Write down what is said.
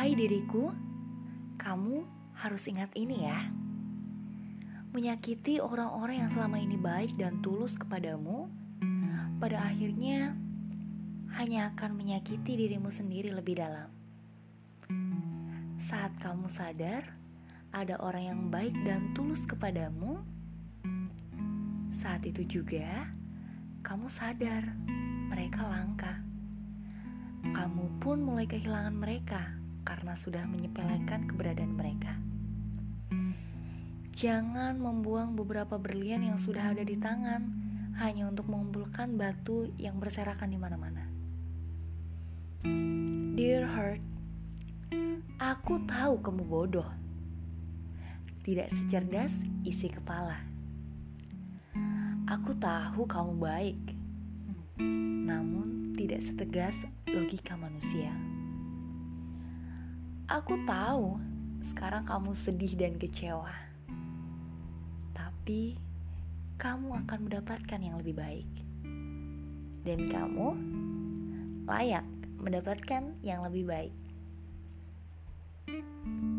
Hai diriku, kamu harus ingat ini ya. Menyakiti orang-orang yang selama ini baik dan tulus kepadamu, pada akhirnya hanya akan menyakiti dirimu sendiri lebih dalam. Saat kamu sadar ada orang yang baik dan tulus kepadamu, saat itu juga kamu sadar mereka langka. Kamu pun mulai kehilangan mereka karena sudah menyepelekan keberadaan mereka. Jangan membuang beberapa berlian yang sudah ada di tangan hanya untuk mengumpulkan batu yang berserakan di mana-mana. Dear heart, aku tahu kamu bodoh, tidak secerdas isi kepala. Aku tahu kamu baik, namun tidak setegas logika manusia. Aku tahu sekarang kamu sedih dan kecewa, tapi kamu akan mendapatkan yang lebih baik. Dan kamu layak mendapatkan yang lebih baik.